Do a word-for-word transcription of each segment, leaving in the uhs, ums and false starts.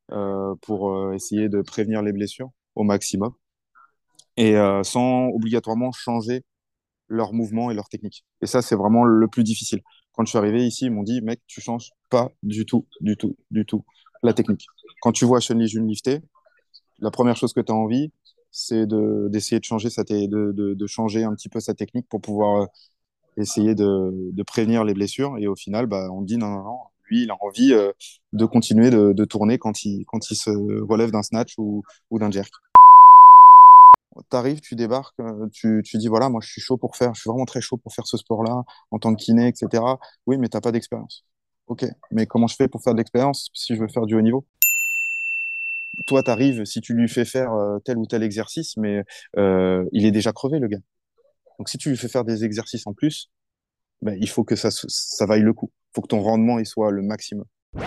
euh, pour euh, essayer de prévenir les blessures au maximum et euh, sans obligatoirement changer leurs mouvements et leurs techniques. Et ça, c'est vraiment le plus difficile. Quand je suis arrivé ici, ils m'ont dit, mec, tu changes pas du tout, du tout, du tout la technique. Quand tu vois Chun-Li Jun lifter, la première chose que tu as envie, c'est de, d'essayer de changer, sa te- de, de, de changer un petit peu sa technique pour pouvoir euh, essayer de, de prévenir les blessures. Et au final, bah, on dit non, non, non. Lui, il a envie euh, de continuer de, de tourner quand il, quand il se relève d'un snatch ou, ou d'un jerk. T'arrives, tu débarques, euh, tu, tu dis voilà, moi je suis chaud pour faire, je suis vraiment très chaud pour faire ce sport-là en tant que kiné, et cetera. Oui, mais t'as pas d'expérience. Ok, mais comment je fais pour faire de l'expérience si je veux faire du haut niveau? Toi, t'arrives, si tu lui fais faire euh, tel ou tel exercice, mais euh, il est déjà crevé, le gars. Donc si tu lui fais faire des exercices en plus, ben, il faut que ça, se- ça vaille le coup. Il faut que ton rendement il soit le maximum.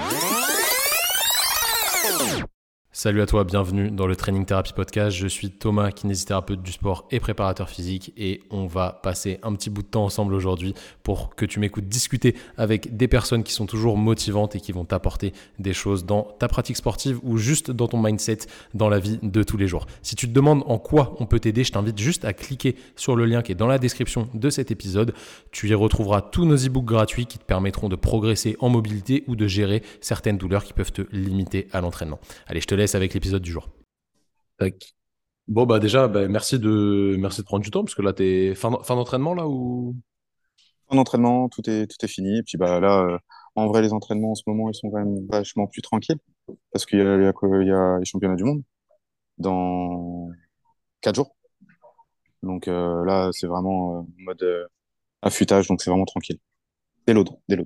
Salut à toi, bienvenue dans le Training Therapy Podcast. Je suis Thomas, kinésithérapeute du sport et préparateur physique, et on va passer un petit bout de temps ensemble aujourd'hui pour que tu m'écoutes discuter avec des personnes qui sont toujours motivantes et qui vont t'apporter des choses dans ta pratique sportive ou juste dans ton mindset dans la vie de tous les jours. Si tu te demandes en quoi on peut t'aider, je t'invite juste à cliquer sur le lien qui est dans la description de cet épisode. Tu y retrouveras tous nos e-books gratuits qui te permettront de progresser en mobilité ou de gérer certaines douleurs qui peuvent te limiter à l'entraînement. Allez, je te laisse avec l'épisode du jour. Tac. Bon, bah déjà, bah, merci de, merci de prendre du temps, parce que là, t'es fin, fin d'entraînement, là, ou... En entraînement, tout est, tout est fini. Et puis bah, là, euh, en vrai, les entraînements en ce moment, ils sont quand même vachement plus tranquilles parce qu'il y a, il y a, il y a les championnats du monde dans quatre jours. Donc euh, là, c'est vraiment euh, mode euh, affûtage, donc c'est vraiment tranquille. Déload, déload.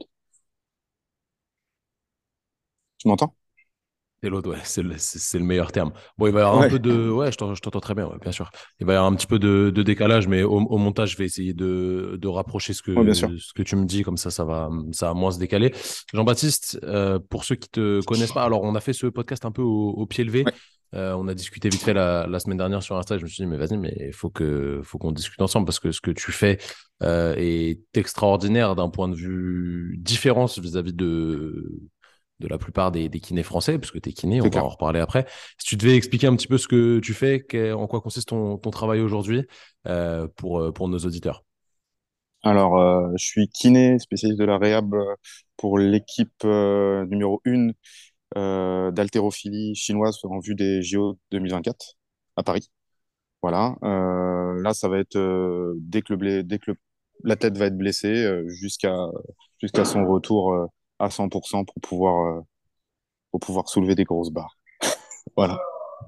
Tu m'entends? C'est l'autre, ouais, c'est le, c'est- c'est le meilleur terme. Bon, il va y avoir un peu Ouais. de... Ouais, je t'en- je t'entends très bien, ouais, bien sûr. Il va y avoir un petit peu de, de décalage, mais au, au montage, je vais essayer de, de rapprocher ce Ouais, bien sûr. que, ce que tu me dis, comme ça, ça va, ça va moins se décaler. Jean-Baptiste, euh, pour ceux qui te connaissent pas, alors on a fait ce podcast un peu au, au pied levé. Ouais. Euh, on a discuté vite fait la, la semaine dernière sur Insta. Je me suis dit, mais vas-y, mais il faut que, faut qu'on discute ensemble, parce que ce que tu fais euh, est extraordinaire d'un point de vue différence vis-à-vis de de la plupart des, des kinés français, parce que tu es kiné, on C'est va clair. en reparler après. Si tu devais expliquer un petit peu ce que tu fais, que- en quoi consiste ton, ton travail aujourd'hui euh, pour, euh, pour nos auditeurs. Alors, euh, je suis kiné, spécialiste de la réhab euh, pour l'équipe euh, numéro un euh, d'haltérophilie chinoise en vue des J O deux mille vingt-quatre à Paris. Voilà. Euh, là, ça va être euh, dès que le blé- dès que le- la tête va être blessée euh, jusqu'à jusqu'à son retour euh, à cent pour cent pour pouvoir euh, pour pouvoir soulever des grosses barres. Voilà.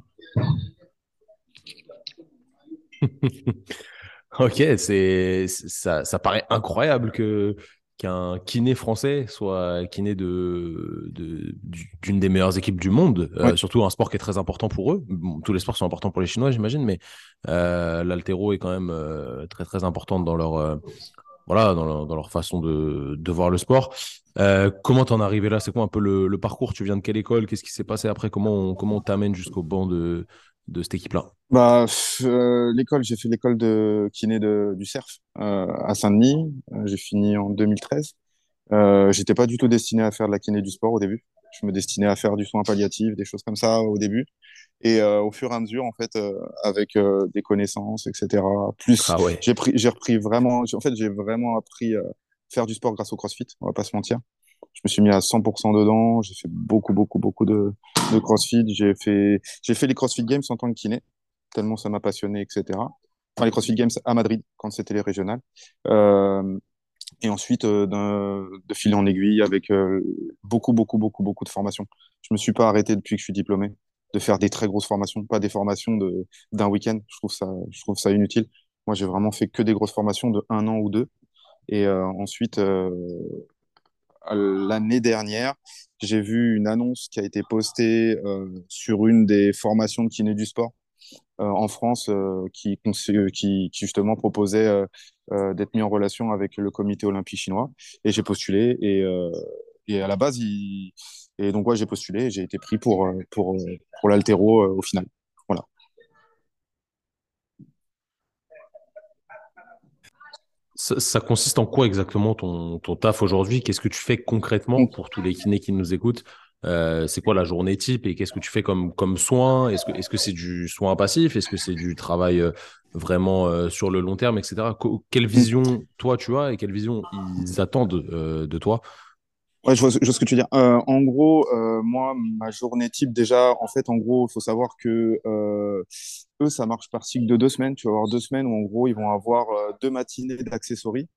Ok, c'est, c'est- ça, ça paraît incroyable que qu'un kiné français soit kiné de, de- du- d'une des meilleures équipes du monde, Oui, euh, surtout un sport qui est très important pour eux. Bon, tous les sports sont importants pour les Chinois, j'imagine, mais euh, l'haltéro est quand même euh, très très importante dans leur, euh, voilà, dans leur, dans leur façon de, de voir le sport. Euh, comment t'en es arrivé là? C'est quoi un peu le, le parcours? Tu viens de quelle école? Qu'est-ce qui s'est passé après? Comment on, comment on t'amène jusqu'au banc de, de cette équipe-là? bah pff, euh, l'école, j'ai fait l'école de kiné de, du Cerf euh, à Saint-Denis. Euh, j'ai fini en deux mille treize. Euh, j'étais pas du tout destiné à faire de la kiné du sport au début. Je me destinais à faire du soin palliatif, des choses comme ça au début. Et euh, au fur et à mesure, en fait, euh, avec euh, des connaissances, et cetera. Plus, Ah ouais. j'ai pris, j'ai repris vraiment, en fait, j'ai vraiment appris à faire du sport grâce au CrossFit. On va pas se mentir. Je me suis mis à cent pour cent dedans. J'ai fait beaucoup, beaucoup, beaucoup de, de CrossFit. J'ai fait, j'ai fait les CrossFit Games en tant que kiné, tellement ça m'a passionné, et cetera. Enfin, les CrossFit Games à Madrid, quand c'était les régionales. Euh, et ensuite, euh, d'un- de fil en aiguille, avec euh, beaucoup, beaucoup, beaucoup, beaucoup de formations. Je me suis pas arrêté depuis que je suis diplômé de faire des très grosses formations, pas des formations de d'un week-end. Je trouve ça, je trouve ça inutile. Moi, j'ai vraiment fait que des grosses formations de un an ou deux. Et euh, ensuite, euh, l'année dernière, j'ai vu une annonce qui a été postée euh, sur une des formations de kiné du sport euh, en France euh, qui, qui, qui justement proposait euh, euh, d'être mis en relation avec le comité olympique chinois. Et j'ai postulé et, euh, et à la base, il... et donc ouais, j'ai postulé et j'ai été pris pour, euh, pour, euh, pour l'haltéro euh, au final. Voilà. Ça, ça consiste en quoi exactement ton, ton taf aujourd'hui? Qu'est-ce que tu fais concrètement Donc, pour tous les kinés qui nous écoutent? Euh, c'est quoi la journée type et qu'est-ce que tu fais comme, comme soin? Est-ce que, est-ce que c'est du soin passif? Est-ce que c'est du travail euh, vraiment euh, sur le long terme, et cetera. Co- quelle vision toi tu as et quelle vision ils attendent euh, de toi? Ouais, je vois, je vois ce que tu veux dire. Euh, en gros, euh, moi, ma journée type, déjà, en fait, en gros, il faut savoir que euh, eux, ça marche par cycle de deux semaines. Tu vas avoir deux semaines où, en gros, ils vont avoir euh, deux matinées d'accessories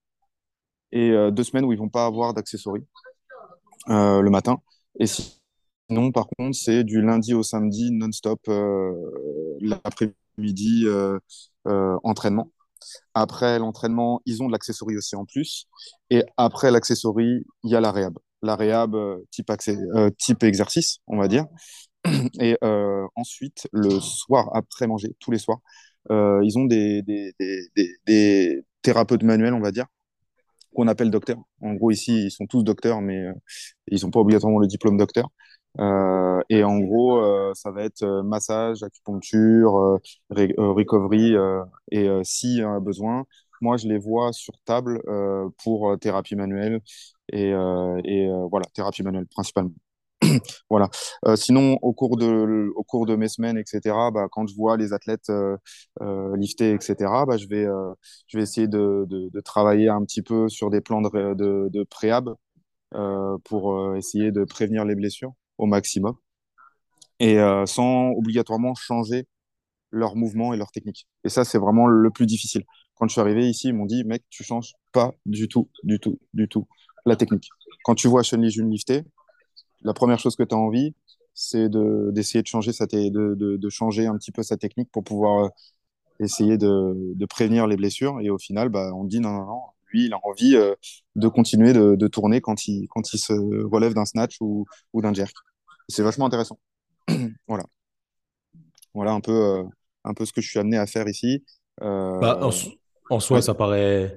et euh, deux semaines où ils vont pas avoir d'accessories euh, le matin. Et sinon, par contre, c'est du lundi au samedi non-stop, euh, l'après-midi, euh, euh, entraînement. Après l'entraînement, ils ont de l'accessorie aussi en plus. Et après l'accessorie, il y a la réhab. La réhab euh, type, accès, euh, type exercice, on va dire. Et euh, ensuite, le soir, après manger, tous les soirs, euh, ils ont des, des, des, des, des thérapeutes manuels, on va dire, qu'on appelle docteurs. En gros, ici, ils sont tous docteurs, mais euh, ils n'ont pas obligatoirement le diplôme docteur. Euh, et en gros, euh, ça va être euh, massage, acupuncture, euh, ré- euh, recovery, euh, et euh, s'il y a besoin, moi, je les vois sur table euh, pour euh, thérapie manuelle et, euh, et euh, voilà, thérapie manuelle principalement. Voilà. Euh, sinon, au cours de, au cours de mes semaines, et cetera, bah, quand je vois les athlètes euh, euh, lifter, et cetera, bah, je vais, euh, je vais essayer de, de, de travailler un petit peu sur des plans de, ré- de, de préhab euh, pour euh, essayer de prévenir les blessures au maximum et euh, sans obligatoirement changer leurs mouvements et leurs techniques. Et ça, c'est vraiment le plus difficile. Quand je suis arrivé ici, ils m'ont dit, mec, tu changes pas du tout, du tout, du tout la technique. Quand tu vois Chun-Li Jun lifter, la première chose que tu as envie, c'est de, d'essayer de changer, sa te- de, de, de changer un petit peu sa technique pour pouvoir euh, essayer de, de prévenir les blessures. Et au final, bah, on dit non, non, non. Lui, il a envie euh, de continuer de, de tourner quand il, quand il se relève d'un snatch ou, ou d'un jerk. C'est vachement intéressant. Voilà, voilà un peu, euh, un peu ce que je suis amené à faire ici. Bah, en, Euh, so- en soi, ouais, ça paraît,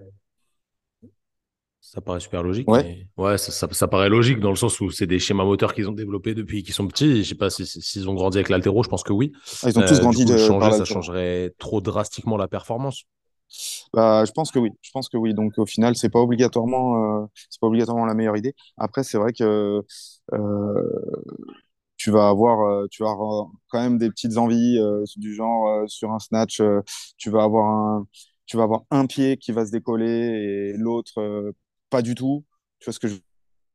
ça paraît super logique. ouais. Et ouais, ça, ça, ça paraît logique dans le sens où c'est des schémas moteurs qu'ils ont développés depuis qu'ils sont petits. Je sais pas si, si- s'ils ont grandi avec l'haltéro, je pense que oui. Ah, ils ont tous Euh, du grandi coup, le de, par changer, ça l'altéro. changerait trop drastiquement la performance. Bah, je pense que oui. Je pense que oui. Donc au final, c'est pas obligatoirement, euh, c'est pas obligatoirement la meilleure idée. Après, c'est vrai que euh, tu vas avoir, euh, tu vas avoir quand même des petites envies euh, du genre euh, sur un snatch, euh, tu vas avoir un, tu vas avoir un pied qui va se décoller et l'autre euh, pas du tout. Tu vois ce que je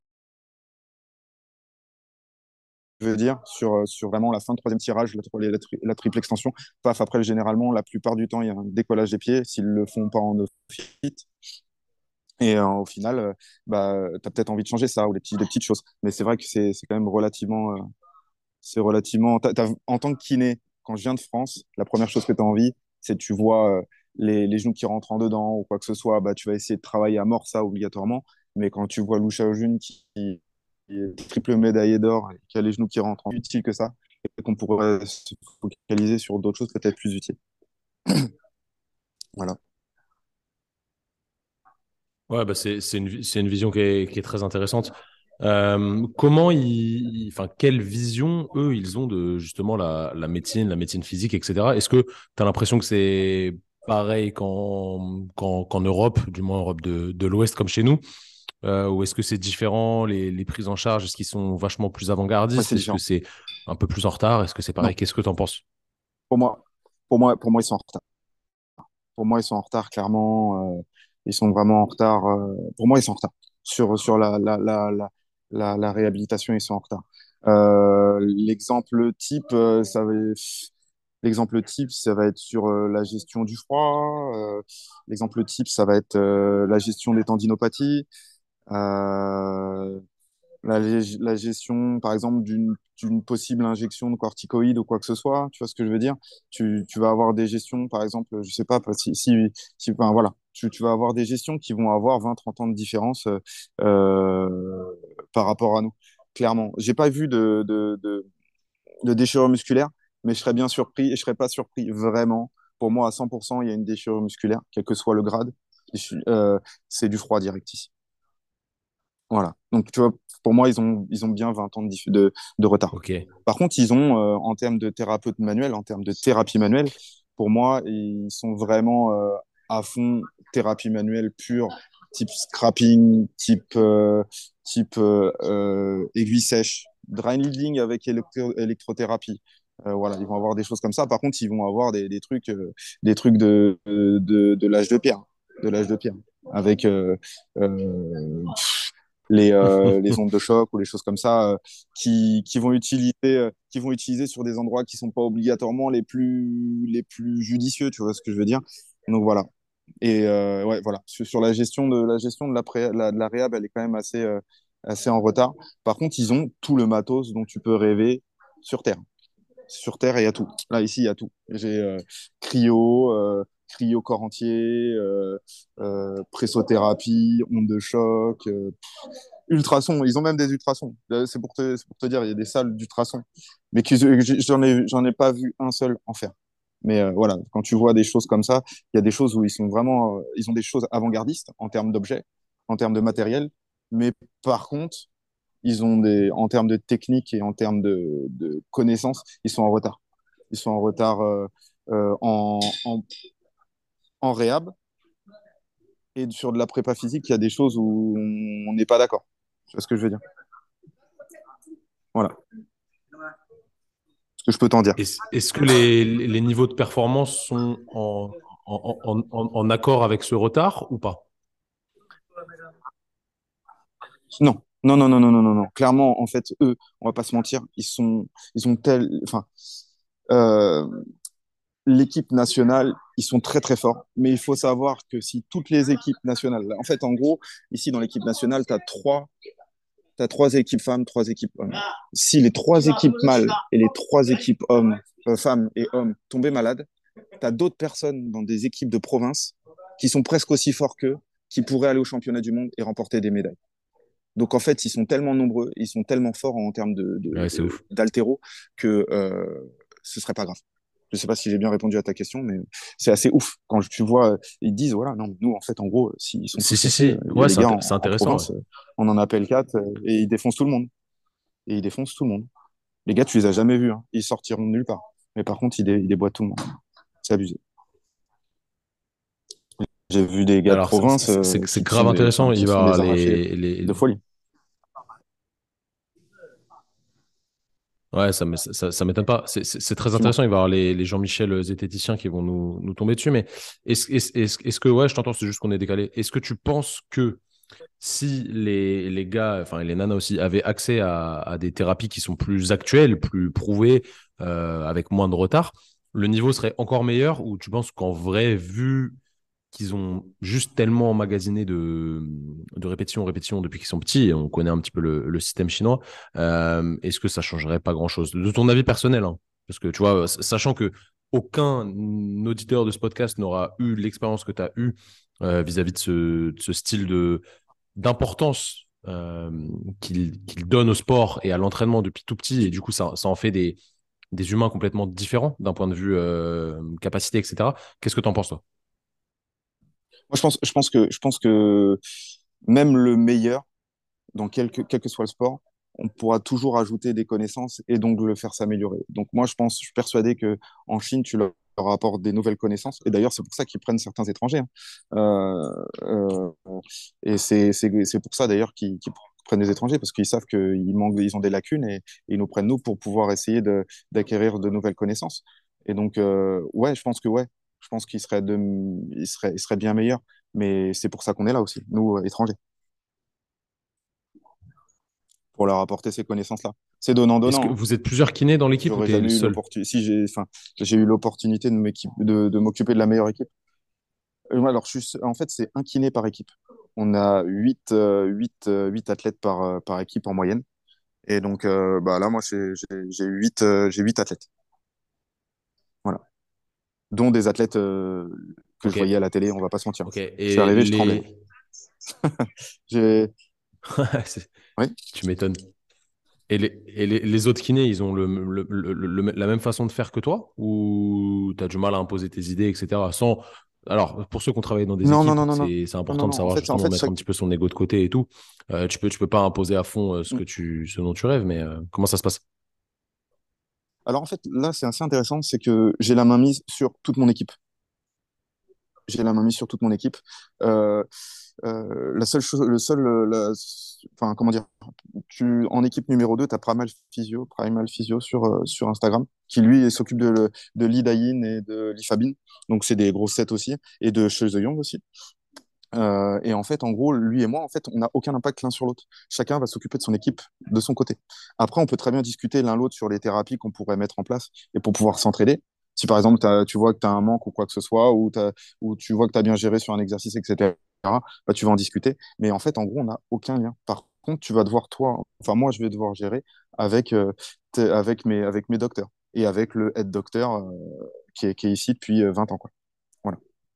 veux dire sur, euh, sur vraiment la fin de troisième tirage, la, la, tri- la triple extension. Paf, après, généralement, la plupart du temps, il y a un décollage des pieds s'ils le font pas en no fit. Et euh, au final, euh, bah, tu as peut-être envie de changer ça ou des, petits, des petites choses. Mais c'est vrai que c'est c'est quand même relativement. Euh, c'est relativement. t'as- t'as- en tant que kiné, quand je viens de France, la première chose que tu as envie, c'est tu vois euh, les, les genoux qui rentrent en dedans ou quoi que ce soit, bah, tu vas essayer de travailler à mort ça obligatoirement. Mais quand tu vois Lou Shaojun qui, qui est triple médaillé d'or et qui a les genoux qui rentrent en utile que ça, et qu'on pourrait se focaliser sur d'autres choses peut-être plus utiles. Voilà. Ouais, bah c'est c'est une, vi- c'est une vision qui est, qui est très intéressante. Euh, comment ils, enfin, quelle vision eux ils ont de justement la, la médecine, la médecine physique, et cetera. Est-ce que tu as l'impression que c'est pareil qu'en qu'en qu'en Europe, du moins Europe de, de l'Ouest comme chez nous, euh, ou est-ce que c'est différent les, les prises en charge, est-ce qu'ils sont vachement plus Ouais, avant-gardistes, c'est est-ce que différent. c'est un peu plus en retard, est-ce que c'est pareil? Non, Qu'est-ce que tu en penses? pour moi, pour moi, pour moi, ils sont en retard. Pour moi, ils sont en retard, clairement. Euh, ils sont vraiment en retard. Euh, pour moi, ils sont en retard. Sur, sur la, la, la, la, la, la réhabilitation, ils sont en retard. Euh, l'exemple type, euh, ça va, l'exemple type, ça va être sur euh, la gestion du froid. Euh, l'exemple type, ça va être euh, la gestion des tendinopathies. Euh, la, la gestion, par exemple, d'une d'une possible injection de corticoïdes ou quoi que ce soit, tu vois ce que je veux dire? Tu, tu vas avoir des gestions, par exemple, je sais pas, si, si, si enfin, voilà, tu, tu vas avoir des gestions qui vont avoir vingt trente ans de différence euh, euh, par rapport à nous, clairement. J'ai pas vu de, de, de, de déchirure musculaire, mais je serais bien surpris et je serais pas surpris vraiment. Pour moi, à cent pour cent, il y a une déchirure musculaire, quel que soit le grade. Je euh, c'est du froid direct ici. Voilà. Donc, tu vois, pour moi, ils ont, ils ont bien vingt ans de, dif- de, de retard. Ok. Par contre, ils ont, euh, en termes de thérapeute manuel, en termes de thérapie manuelle, pour moi, ils sont vraiment euh, à fond thérapie manuelle pure, type scrapping, type, euh, type euh, euh, aiguille sèche. dry needling avec électro- électrothérapie. Euh, voilà, ils vont avoir des choses comme ça. Par contre, ils vont avoir des, des trucs, euh, des trucs de, de, de l'âge de pierre, de l'âge de pierre, avec euh, euh, les, euh, les ondes de choc ou les choses comme ça, euh, qui, qui vont utiliser, euh, qui vont utiliser sur des endroits qui sont pas obligatoirement les plus, les plus judicieux. Tu vois ce que je veux dire? Donc voilà. Et euh, ouais, voilà. Sur, sur la gestion de la gestion de la, pré- la, de la réhab, elle est quand même assez, euh, assez en retard. Par contre, ils ont tout le matos dont tu peux rêver sur Terre. Sur Terre, il y a tout. Là, ici, il y a tout. J'ai euh, cryo, euh, cryo corps entier, euh, euh, pressothérapie, ondes de choc, euh, ultrasons. Ils ont même des ultrasons. Euh, C'est pour te, c'est pour te dire, il y a des salles d'ultrasons. Mais que je- je- j'en ai, j'en ai pas vu un seul en faire. Mais euh, voilà, quand tu vois des choses comme ça, il y a des choses où ils sont vraiment, euh, ils ont des choses avant-gardistes en termes d'objets, en termes de matériel. Mais par contre, ils ont des, en termes de technique et en termes de, de connaissances, ils sont en retard. Ils sont en retard euh, euh, en, en, en réhab et sur de la prépa physique, il y a des choses où on n'est pas d'accord. Tu vois ce que je veux dire? Voilà ce que je peux t'en dire. Est-ce, est-ce que les, les niveaux de performance sont en, en, en, en, en accord avec ce retard ou pas? Non, non, non, non, non, non, non, non. Clairement, en fait, eux, on va pas se mentir, ils sont, ils ont tel, enfin, euh, l'équipe nationale, ils sont très très forts. Mais il faut savoir que si toutes les équipes nationales, en fait, en gros, ici dans l'équipe nationale, tu as trois, t'as trois équipes femmes, trois équipes hommes. Si les trois équipes mâles et les trois équipes hommes, euh, femmes et hommes tombaient malades, tu as d'autres personnes dans des équipes de province qui sont presque aussi forts qu'eux, qui pourraient aller au championnat du monde et remporter des médailles. Donc en fait, ils sont tellement nombreux, ils sont tellement forts en termes de, de, Ouais, c'est de- ouf. d'altéro que euh, ce serait pas grave. Je sais pas si j'ai bien répondu à ta question, mais c'est assez ouf quand tu vois, euh, ils disent voilà, non, nous en fait, en gros, s'ils sont Si, tous si, cassés, euh, si. il y a Ouais, les c'est gars int- en, c'est en intéressant. Ouais. province, euh, on en appelle quatre euh, et ils défoncent tout le monde. Et ils défoncent tout le monde. Les gars, tu les as jamais vus, hein. Ils sortiront de nulle part. Mais par contre, ils, dé- ils déboîtent tout le monde. C'est abusé. J'ai vu des gars de Alors, c'est province c'est- euh, c'est- c'est qui, qui, grave ont des, intéressant. enfin, Il qui va y font avoir des arrachés les, les... de folie. Ouais, ça, me- ça, ça m'étonne pas. C'est c'est- c'est très Dis-moi. intéressant. Il va y avoir les, les Jean-Michel zététiciens qui vont nous, nous tomber dessus. Mais est-ce est-ce, est-ce, est-ce que, ouais, je t'entends, c'est juste qu'on est décalé. Est-ce que tu penses que si les, les gars, enfin les nanas aussi, avaient accès à, à des thérapies qui sont plus actuelles, plus prouvées, euh, avec moins de retard, le niveau serait encore meilleur ou tu penses qu'en vrai, vu qu'ils ont juste tellement emmagasiné de, de répétition en répétition depuis qu'ils sont petits, et on connaît un petit peu le, le système chinois, euh, est-ce que ça changerait pas grand-chose? De ton avis personnel, hein. Parce que tu vois, sachant que aucun auditeur de ce podcast n'aura eu l'expérience que tu as eue euh, vis-à-vis de ce, de ce style de, d'importance euh, qu'il qu'il donne au sport et à l'entraînement depuis tout petit, et du coup, ça, ça en fait des, des humains complètement différents d'un point de vue euh, capacité, et cetera. Qu'est-ce que tu en penses, toi? Moi, je pense, je pense que, je pense que même le meilleur, dans quel que, quel que soit le sport, on pourra toujours ajouter des connaissances et donc le faire s'améliorer. Donc moi, je pense, je suis persuadé que en Chine, tu leur apportes des nouvelles connaissances. Et d'ailleurs, c'est pour ça qu'ils prennent certains étrangers, hein. Euh, euh, et c'est c'est c'est pour ça d'ailleurs qu'ils qu'ils prennent des étrangers parce qu'ils savent qu'ils manquent, ils ont des lacunes et, et ils nous prennent nous pour pouvoir essayer de d'acquérir de nouvelles connaissances. Et donc euh, ouais, je pense que ouais, je pense qu'il serait de, il serait, il serait bien meilleur. Mais c'est pour ça qu'on est là aussi, nous euh, étrangers, pour leur apporter ces connaissances-là. C'est Est-ce que donnant-donnant, hein. vous êtes plusieurs kinés dans l'équipe ou J'aurais tu es le jamais eu seul? l'opportunité. Si j'ai, enfin, j'ai eu l'opportunité de m'équipe- de, de m'occuper de la meilleure équipe. Euh, Alors, je suis, en fait, c'est un kiné par équipe. On a huit, euh, huit, euh, huit athlètes par, euh, par équipe en moyenne. Et donc, euh, bah, là, moi, j'ai j'ai- j'ai huit, euh, j'ai huit athlètes. Voilà. Dont des athlètes euh, que je Ok, voyais à la télé, on va pas se mentir. ok. Je suis Et arrivé, je tremblais, hein. les... J'ai... C'est- Oui. tu m'étonnes. Et, les, et les, les autres kinés, ils ont le, le- le- le- la même façon de faire que toi? Ou tu as du mal à imposer tes idées, et cetera. Sans... Alors, pour ceux qui ont travaillé dans des Non, non, équipes, non, non, non. c'est c'est Non, non, important de non. En savoir fait, en justement fait, mettre un chaque... petit peu son ego de côté et tout. Euh, tu peux, tu peux pas imposer à fond euh, ce que tu, ce dont tu rêves, mais euh, comment ça se passe? Alors, en fait, là, c'est assez intéressant, c'est que j'ai la main mise sur toute mon équipe. j'ai la main mise sur toute mon équipe. Euh, euh, la seule chose, le seul, euh, la- enfin, comment dire, tu, en équipe numéro deux, tu as Primal Physio, Primal Physio sur, euh, sur Instagram, qui lui s'occupe de, le- de l'Idaïn et de l'Ifabine. Donc, c'est des grosses sets aussi, et de Shu The Young aussi. Euh, et en fait, en gros, lui et moi, en fait, on n'a aucun impact l'un sur l'autre. Chacun va s'occuper de son équipe de son côté. Après, on peut très bien discuter l'un l'autre sur les thérapies qu'on pourrait mettre en place et pour pouvoir s'entraider. Si par exemple, t'as- tu vois que tu as un manque ou quoi que ce soit, ou, t'as- ou tu vois que tu as bien géré sur un exercice, et cetera, bah, tu vas en discuter. Mais en fait, en gros, on n'a aucun lien. Par contre, tu vas devoir, toi, enfin, moi, je vais devoir gérer avec, euh, tes- avec, mes, avec mes docteurs et avec le head docteur euh, qui est, qui est ici depuis euh, vingt ans, quoi. Voilà.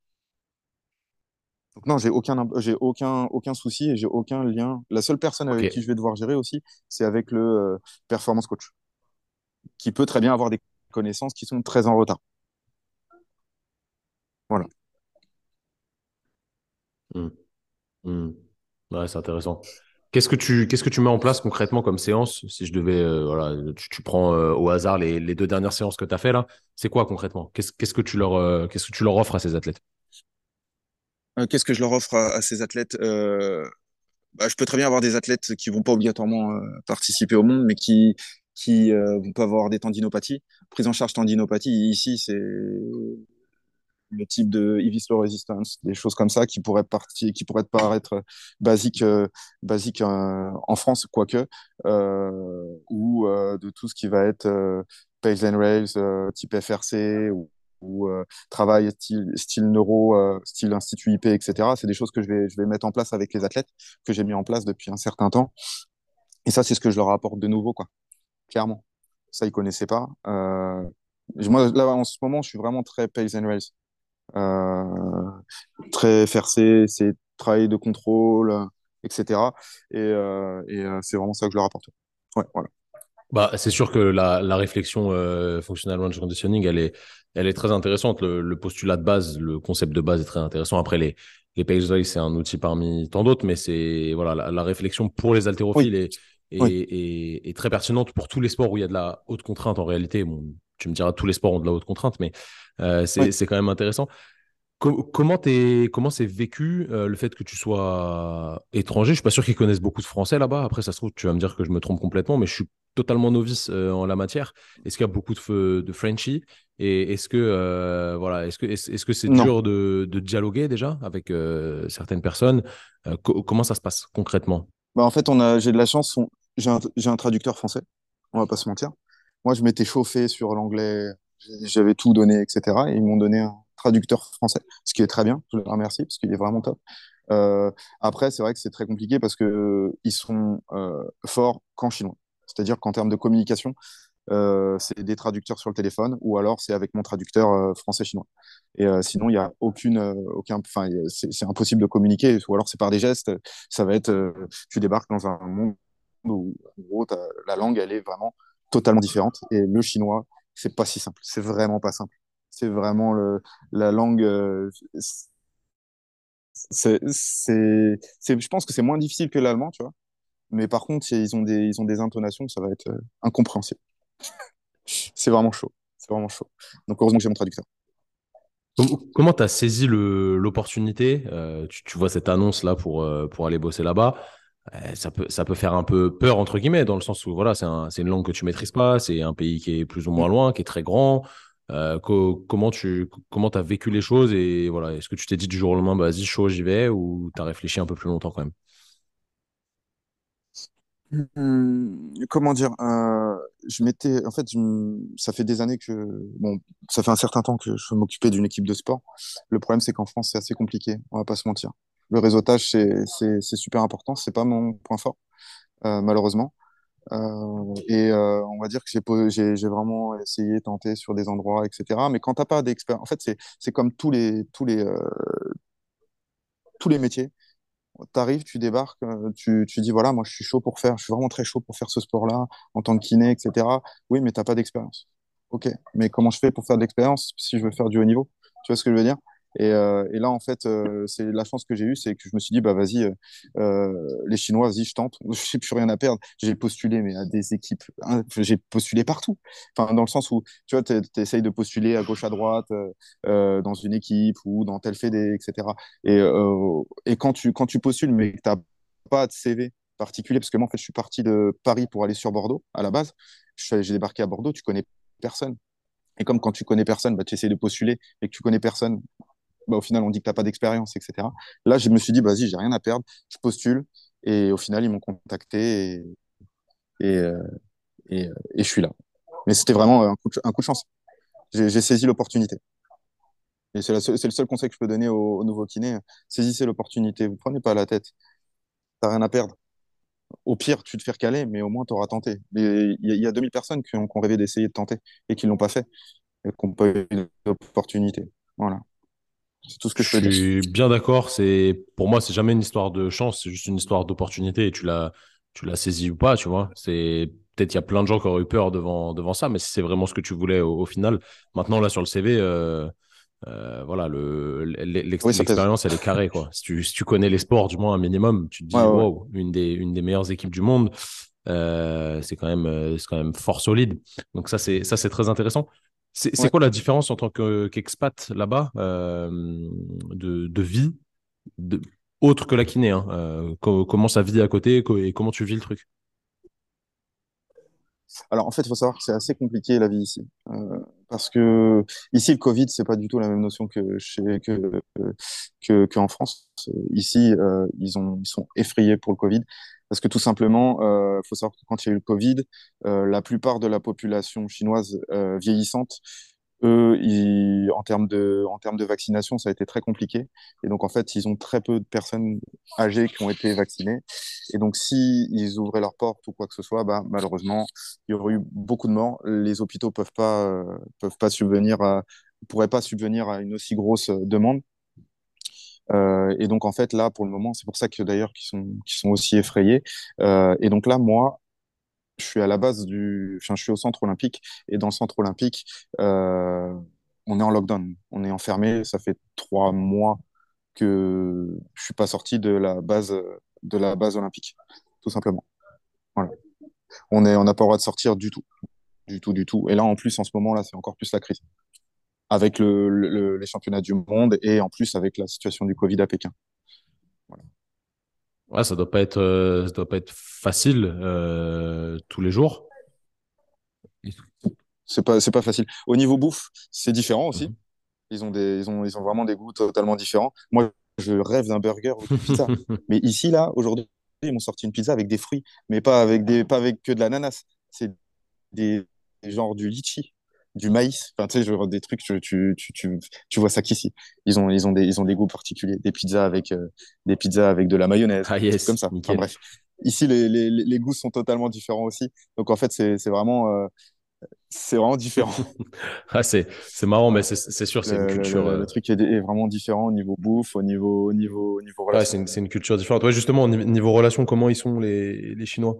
Donc non, j'ai aucun, imp- j'ai aucun, aucun souci et j'ai aucun lien. La seule personne Ok. avec qui je vais devoir gérer aussi, c'est avec le euh, performance coach, qui peut très bien avoir des connaissances qui sont très en retard. Voilà. Hmm. Hmm. Ouais, c'est intéressant. Qu'est-ce que tu, qu'est-ce que tu mets en place concrètement comme séance? Si je devais, euh, voilà, tu, tu prends euh, au hasard les, les deux dernières séances que tu as fait là, c'est quoi concrètement? Qu'est-ce, qu'est-ce que tu leur, euh, qu'est-ce que tu leur offres à ces athlètes? Euh, qu'est-ce que je leur offre à, à ces athlètes? Euh, bah, je peux très bien avoir des athlètes qui vont pas obligatoirement euh, participer au monde, mais qui, qui euh, vont pas avoir des tendinopathies. Prise en charge tendinopathie, ici, c'est le type de heavy slow resistance, des choses comme ça qui pourraient, partir, qui pourraient paraître basiques euh, basique, euh, en France, quoique, euh, ou euh, de tout ce qui va être euh, Page and Rails, euh, type F R C, ou, ou euh, travail style, style neuro, euh, style Institut I P, et cetera. C'est des choses que je vais, je vais mettre en place avec les athlètes, que j'ai mis en place depuis un certain temps. Et ça, c'est ce que je leur apporte de nouveau, quoi, clairement. Ça, ils connaissaient pas. Euh, moi, là, en ce moment, je suis vraiment très Page and Rails. Euh, Très F R C, c'est travail de contrôle, euh, et cetera. Et, euh, et euh, c'est vraiment ça que je leur apporte. Ouais, voilà. Bah, c'est sûr que la, la réflexion euh, functional range conditioning, elle est, elle est très intéressante. Le, le postulat de base, le concept de base est très intéressant. Après, les, les page race, c'est un outil parmi tant d'autres, mais c'est voilà, la, la réflexion pour les Oui, haltérophiles est, est, oui, est, est très pertinente pour tous les sports où il y a de la haute contrainte en réalité. Bon, tu me diras, tous les sports ont de la haute contrainte, mais euh, c'est, oui. c'est quand même intéressant. Com- comment t'es, comment c'est vécu euh, le fait que tu sois étranger? Je suis pas sûr qu'ils connaissent beaucoup de Français là-bas. Après, ça se trouve, tu vas me dire que je me trompe complètement, mais je suis totalement novice euh, en la matière. Est-ce qu'il y a beaucoup de, fe- de Frenchies? Et est-ce que euh, voilà, est-ce que est-ce, est-ce que c'est Non. dur de, de dialoguer déjà avec euh, certaines personnes? Euh, co- comment ça se passe concrètement? Bah, en fait, on a, j'ai de la chance. on- j'ai un, j'ai un traducteur français. On va pas se mentir. Moi, je m'étais chauffé sur l'anglais. j'ai- J'avais tout donné, et cetera. Et ils m'ont donné un traducteur français, ce qui est très bien. Je les remercie parce qu'il est vraiment top. Euh, Après, c'est vrai que c'est très compliqué parce que euh, ils sont euh, forts qu'en chinois. C'est-à-dire qu'en termes de communication, euh, c'est des traducteurs sur le téléphone ou alors c'est avec mon traducteur euh, français-chinois. Et euh, sinon, il n'y a aucune, euh, aucun, enfin, y a- c'est c'est impossible de communiquer, ou alors c'est par des gestes. Ça va être, euh, tu débarques dans un monde où, en gros, t'as- la langue, elle est vraiment totalement différente. Et le chinois, c'est pas si simple. C'est vraiment pas simple. C'est vraiment le, la langue. euh, c'est, c'est, c'est- je pense que c'est moins difficile que l'allemand, tu vois. Mais par contre, ils ont des, ils ont des intonations, ça va être euh, incompréhensible. C'est vraiment chaud. C'est vraiment chaud. Donc, heureusement que j'ai mon traducteur. Com- Comment tu as saisi le, l'opportunité? Euh, tu, tu vois cette annonce là pour, euh, pour aller bosser là-bas. Euh, ça peut, ça peut faire un peu peur, entre guillemets, dans le sens où voilà, c'est un- c'est une langue que tu maîtrises pas, c'est un pays qui est plus ou Mm. moins loin, qui est très grand. Euh, co- comment tu comment t'as vécu les choses et voilà, est-ce que tu t'es dit du jour au lendemain, bah, vas-y, chaud, j'y vais, ou tu as réfléchi un peu plus longtemps quand même? Hum, comment dire, euh, je m'étais, en fait, je m- ça fait des années que, bon, ça fait un certain temps que je m'occupais d'une équipe de sport. Le problème, c'est qu'en France, c'est assez compliqué, on va pas se mentir. Le réseautage, c'est, c'est, c'est super important, c'est pas mon point fort, euh, malheureusement. Euh, et euh, on va dire que j'ai, po- j'ai, j'ai vraiment essayé, tenté sur des endroits, et cetera. Mais quand t'as pas d'expérience, en fait, c'est, c'est comme tous les, tous les, euh, tous les métiers. T'arrives, tu débarques, euh, tu, tu dis voilà, moi je suis chaud pour faire, je suis vraiment très chaud pour faire ce sport-là en tant que kiné, et cetera. Oui, mais t'as pas d'expérience. Ok, mais comment je fais pour faire de l'expérience si je veux faire du haut niveau? Tu vois ce que je veux dire? Et, euh, et là, en fait, euh, c'est la chance que j'ai eue, c'est que je me suis dit, bah vas-y, euh, euh, les Chinois, vas-y, je tente. Je n'ai plus rien à perdre. J'ai postulé, mais à des équipes, hein, j'ai postulé partout. Enfin, dans le sens où, tu vois, tu essayes de postuler à gauche, à droite, euh, euh, dans une équipe ou dans tel fédé, et cetera. Et, euh, et quand tu, quand tu postules, mais que tu n'as pas de C V particulier, parce que moi, en fait, je suis parti de Paris pour aller sur Bordeaux à la base. Je suis allé- J'ai débarqué à Bordeaux, tu connais personne. Et comme quand tu connais personne, bah, tu essaies de postuler et que tu connais personne, bah, au final, on dit que tu n'as pas d'expérience, et cetera. Là, je me suis dit, bah, vas-y, j'ai rien à perdre, je postule. Et au final, ils m'ont contacté et, et, euh, et, euh, et je suis là. Mais c'était vraiment un coup de, un coup de chance. J'ai j'ai saisi l'opportunité. Et c'est la seule- c'est le seul conseil que je peux donner aux, aux nouveaux kinés. Saisissez l'opportunité. Vous prenez pas la tête. T'as rien à perdre. Au pire, tu te fais recaler, mais au moins, tu auras tenté. Mais Il y, a- il y a deux mille personnes qui ont, qui ont rêvé d'essayer de tenter et qui ne l'ont pas fait et qui n'ont pas eu d'opportunité. Voilà. C'est tout ce que Je je peux dire. suis bien d'accord. C'est pour moi, c'est jamais une histoire de chance, c'est juste une histoire d'opportunité et tu l'as, tu l'as saisi ou pas, tu vois. C'est peut-être il y a plein de gens qui auraient eu peur devant devant ça, mais si c'est vraiment ce que tu voulais au, au final. Maintenant là sur le C V, euh, euh, voilà, le l'ex- Oui, ça pèse. l'expérience elle est carrée quoi. Si tu si tu connais les sports du moins un minimum, tu te Ouais, dis ouais, ouais. wow, une des une des meilleures équipes du monde. Euh, c'est quand même euh, c'est quand même fort solide. Donc ça c'est ça c'est très intéressant. C'est c'est Ouais. quoi la différence en tant que- qu'expat là-bas euh, de, de vie de, autre que la kiné hein, euh, co- comment ça vit à côté co- et comment tu vis le truc? Alors, en fait, il faut savoir que c'est assez compliqué la vie ici. Euh, parce que ici, le Covid, c'est pas du tout la même notion que chez, que, que, qu'en France. Ici, euh, ils ont, ils sont effrayés pour le Covid. Parce que tout simplement, il faut savoir que quand il y a eu le Covid, euh, la plupart de la population chinoise euh, vieillissante, eux, ils, en termes de, en termes de vaccination, ça a été très compliqué. Et donc, en fait, ils ont très peu de personnes âgées qui ont été vaccinées. Et donc, si ils ouvraient leurs portes ou quoi que ce soit, bah, malheureusement, il y aurait eu beaucoup de morts. Les hôpitaux peuvent pas, euh, peuvent pas subvenir à, pourraient pas subvenir à une aussi grosse euh, demande. Euh, et donc, en fait, là, pour le moment, c'est pour ça que d'ailleurs, qu'ils sont, qu'ils sont aussi effrayés. Euh, et donc là, moi, je suis à la base du, enfin, je suis au centre olympique. Et dans le centre olympique, euh, on est en lockdown. On est enfermé. Ça fait trois mois que je suis pas sorti de la base, de la base olympique, tout simplement. Voilà. On est, on n'a pas le droit de sortir du tout, du tout, du tout. Et là, en plus, en ce moment, là, c'est encore plus la crise. Avec le, le- les championnats du monde et en plus avec la situation du Covid à Pékin. Voilà. Ouais, ça doit pas être euh, ça doit pas être facile euh, tous les jours. C'est pas, c'est pas facile. Au niveau bouffe, c'est différent aussi. Mhm. Ils ont des, ils ont, ils ont vraiment des goûts totalement différents. Moi, je rêve d'un burger ou d'une pizza. Mais ici, là, aujourd'hui, ils m'ont sorti une pizza avec des fruits, mais pas avec des, pas avec que de l'ananas. C'est des, des genres du litchi, du maïs. Enfin, tu sais, genre des trucs, tu, tu, tu, tu, tu vois ça qu'ici. Ils ont, ils ont des, ils ont des goûts particuliers. Des pizzas avec, euh, des pizzas avec de la mayonnaise, Ah des trucs comme yes, ça. Enfin, nickel. bref. Ici, les, les, les goûts sont totalement différents aussi. Donc, en fait, c'est, c'est vraiment, euh, c'est vraiment différent. Ah, c'est c'est marrant, mais Voilà. c'est c'est sûr, c'est une Le, le, culture. le, euh, le truc est, est vraiment différent au niveau bouffe, au niveau, au niveau, au niveau Ouais, c'est relation. une, c'est une culture différente. Ouais, justement, au ni- niveau relation, comment ils sont les, les Chinois?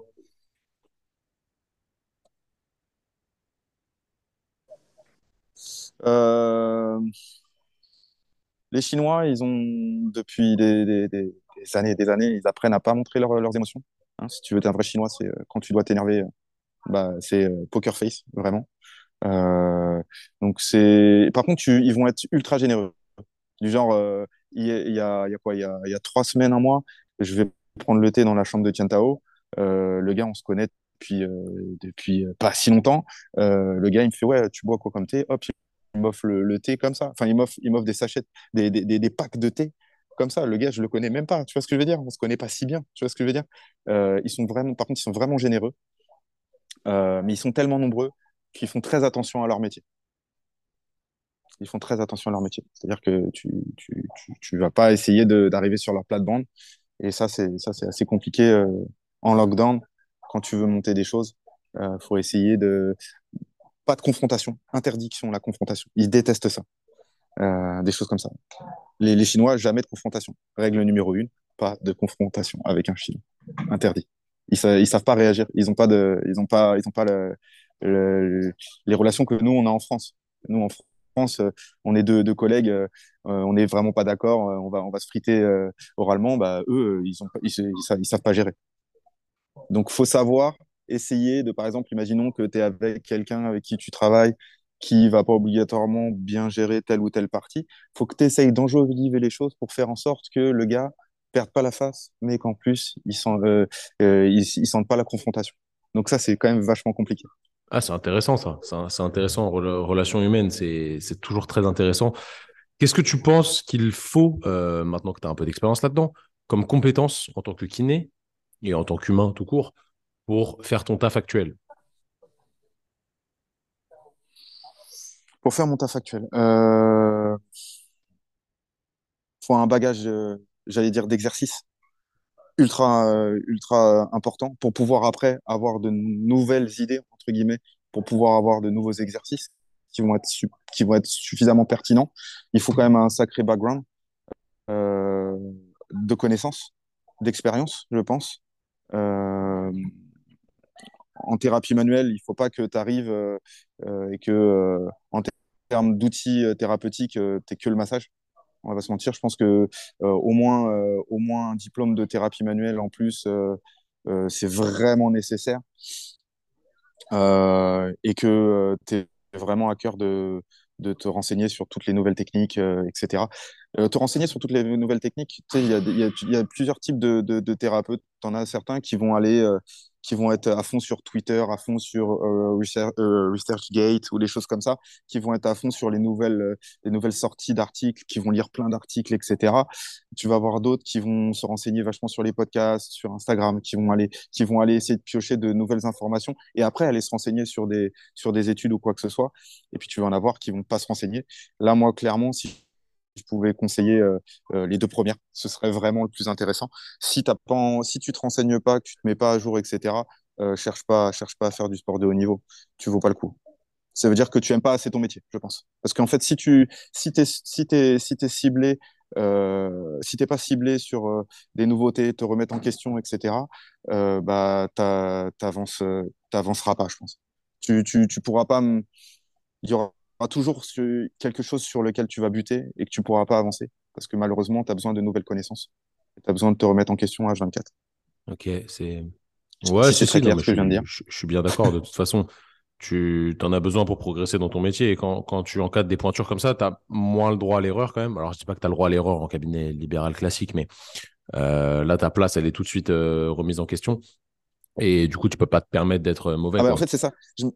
Euh, les Chinois, ils ont, depuis des, des, des, des années et des années, ils apprennent à pas montrer leur- leurs émotions. Hein, si tu veux être un vrai Chinois, c'est euh, quand tu dois t'énerver, euh, bah, c'est euh, poker face, vraiment. Euh, donc c'est. Par contre, tu, ils vont être ultra généreux. Du genre, euh, il y, a, il y a il y a quoi? Il y a, il y a trois semaines, un mois, je vais prendre le thé dans la chambre de Tiantao. Euh, le gars, on se connaît depuis, euh, depuis euh, pas si longtemps. Euh, le gars, il me fait, ouais, tu bois quoi comme thé? Hop, il m'offre le, le thé comme ça. Enfin, il m'offre, il m'offre des sachets, des, des, des, des packs de thé comme ça. Le gars, je le connais même pas. Tu vois ce que je veux dire? On se connaît pas si bien. Tu vois ce que je veux dire? Euh, ils sont vraiment, par contre, ils sont vraiment généreux. Euh, mais ils sont tellement nombreux qu'ils font très attention à leur métier. Ils font très attention à leur métier. C'est-à-dire que tu, tu, tu, tu vas pas essayer de- d'arriver sur leur plate-bande. Et ça, c'est, ça, c'est assez compliqué euh, en lockdown. Quand tu veux monter des choses, euh, faut essayer de, pas de confrontation, interdiction, la confrontation. Ils détestent ça. Euh, des choses comme ça. Les, les Chinois, jamais de confrontation. Règle numéro une, pas de confrontation avec un Chinois. Interdit. Ils, sa- ils savent pas réagir. Ils ont pas de, ils ont pas, ils ont pas le, le- les relations que nous on a en France. Nous en France. France, euh, on est deux, deux collègues, euh, euh, on n'est vraiment pas d'accord, euh, on va, on va se friter euh, oralement, bah, eux, euh, ils ont, ils, se- ils, sa- ils savent pas gérer. Donc, faut savoir essayer de, par exemple, imaginons que tu es avec quelqu'un avec qui tu travailles, qui va pas obligatoirement bien gérer telle ou telle partie. Faut que tu essayes d'enjoliver les choses pour faire en sorte que le gars perde pas la face, mais qu'en plus, il sent, euh, euh, il, il sente pas la confrontation. Donc ça, c'est quand même vachement compliqué. Ah, c'est intéressant ça. C'est un- c'est intéressant. Rela- Relation humaine, c'est c'est toujours très intéressant. Qu'est-ce que tu penses qu'il faut, euh, maintenant que tu as un peu d'expérience là-dedans, comme compétence en tant que kiné et en tant qu'humain tout court, pour faire ton taf actuel? Pour faire mon taf actuel, euh, faut un bagage, euh, j'allais dire, d'exercice ultra, euh, ultra important pour pouvoir après avoir de nouvelles idées, entre guillemets, pour pouvoir avoir de nouveaux exercices qui vont être, su- qui vont être suffisamment pertinents. Il faut quand même un sacré background euh, de connaissances, d'expérience, je pense. Euh, En thérapie manuelle, il faut pas que tu arrives euh, euh, et que, euh, en termes d'outils euh, thérapeutiques, tu n'aies que le massage. On va pas se mentir, je pense que euh, au moins, euh, au moins un diplôme de thérapie manuelle en plus, euh, euh, c'est vraiment nécessaire euh, et que tu es vraiment à cœur de, de te renseigner sur toutes les nouvelles techniques, euh, et cetera. Euh, te renseigner sur toutes les nouvelles techniques, tu sais, il y a, des- il y a, il y a plusieurs types de, de, de thérapeutes. Tu en as certains qui vont aller, euh, qui vont être à fond sur Twitter, à fond sur euh, Research- euh, ResearchGate ou des choses comme ça, qui vont être à fond sur les nouvelles, euh, les nouvelles sorties d'articles, qui vont lire plein d'articles, et cetera. Tu vas avoir d'autres qui vont se renseigner vachement sur les podcasts, sur Instagram, qui vont aller, qui vont aller essayer de piocher de nouvelles informations et après aller se renseigner sur des, sur des études ou quoi que ce soit. Et puis tu vas en avoir qui vont pas se renseigner. Là, moi, clairement, si je pouvais conseiller euh, euh, les deux premières, ce serait vraiment le plus intéressant. Si t'as pas, en- si tu te renseignes pas, que tu te mets pas à jour, et cetera. Euh, cherche pas, cherche pas à faire du sport de haut niveau. Tu vaux pas le coup. Ça veut dire que tu aimes pas assez ton métier, je pense. Parce qu'en fait, si tu, si t'es, si t'es, si t'es ciblé, euh, si t'es pas ciblé sur euh, des nouveautés, te remettre en question, et cetera. Euh, bah, t'as- t'avances, euh, t'avanceras pas, je pense. Tu, tu, tu pourras pas. m- Il y aura toujours su- quelque chose sur lequel tu vas buter et que tu pourras pas avancer. Parce que malheureusement, tu as besoin de nouvelles connaissances. Tu as besoin de te remettre en question H vingt-quatre. Ok, c'est. Je sais pas Ouais, si si, c'est si, très non, clair mais ce je que je viens de suis, dire. je, je suis bien d'accord. De toute façon, tu en as besoin pour progresser dans ton métier. Et quand, quand tu encadres des pointures comme ça, tu as moins le droit à l'erreur quand même. Alors, je dis pas que tu as le droit à l'erreur en cabinet libéral classique, mais euh, là, ta place, elle est tout de suite euh, remise en question. Et du coup, tu peux pas te permettre d'être euh, mauvais, Ah bah, en quoi. fait, c'est ça. Je-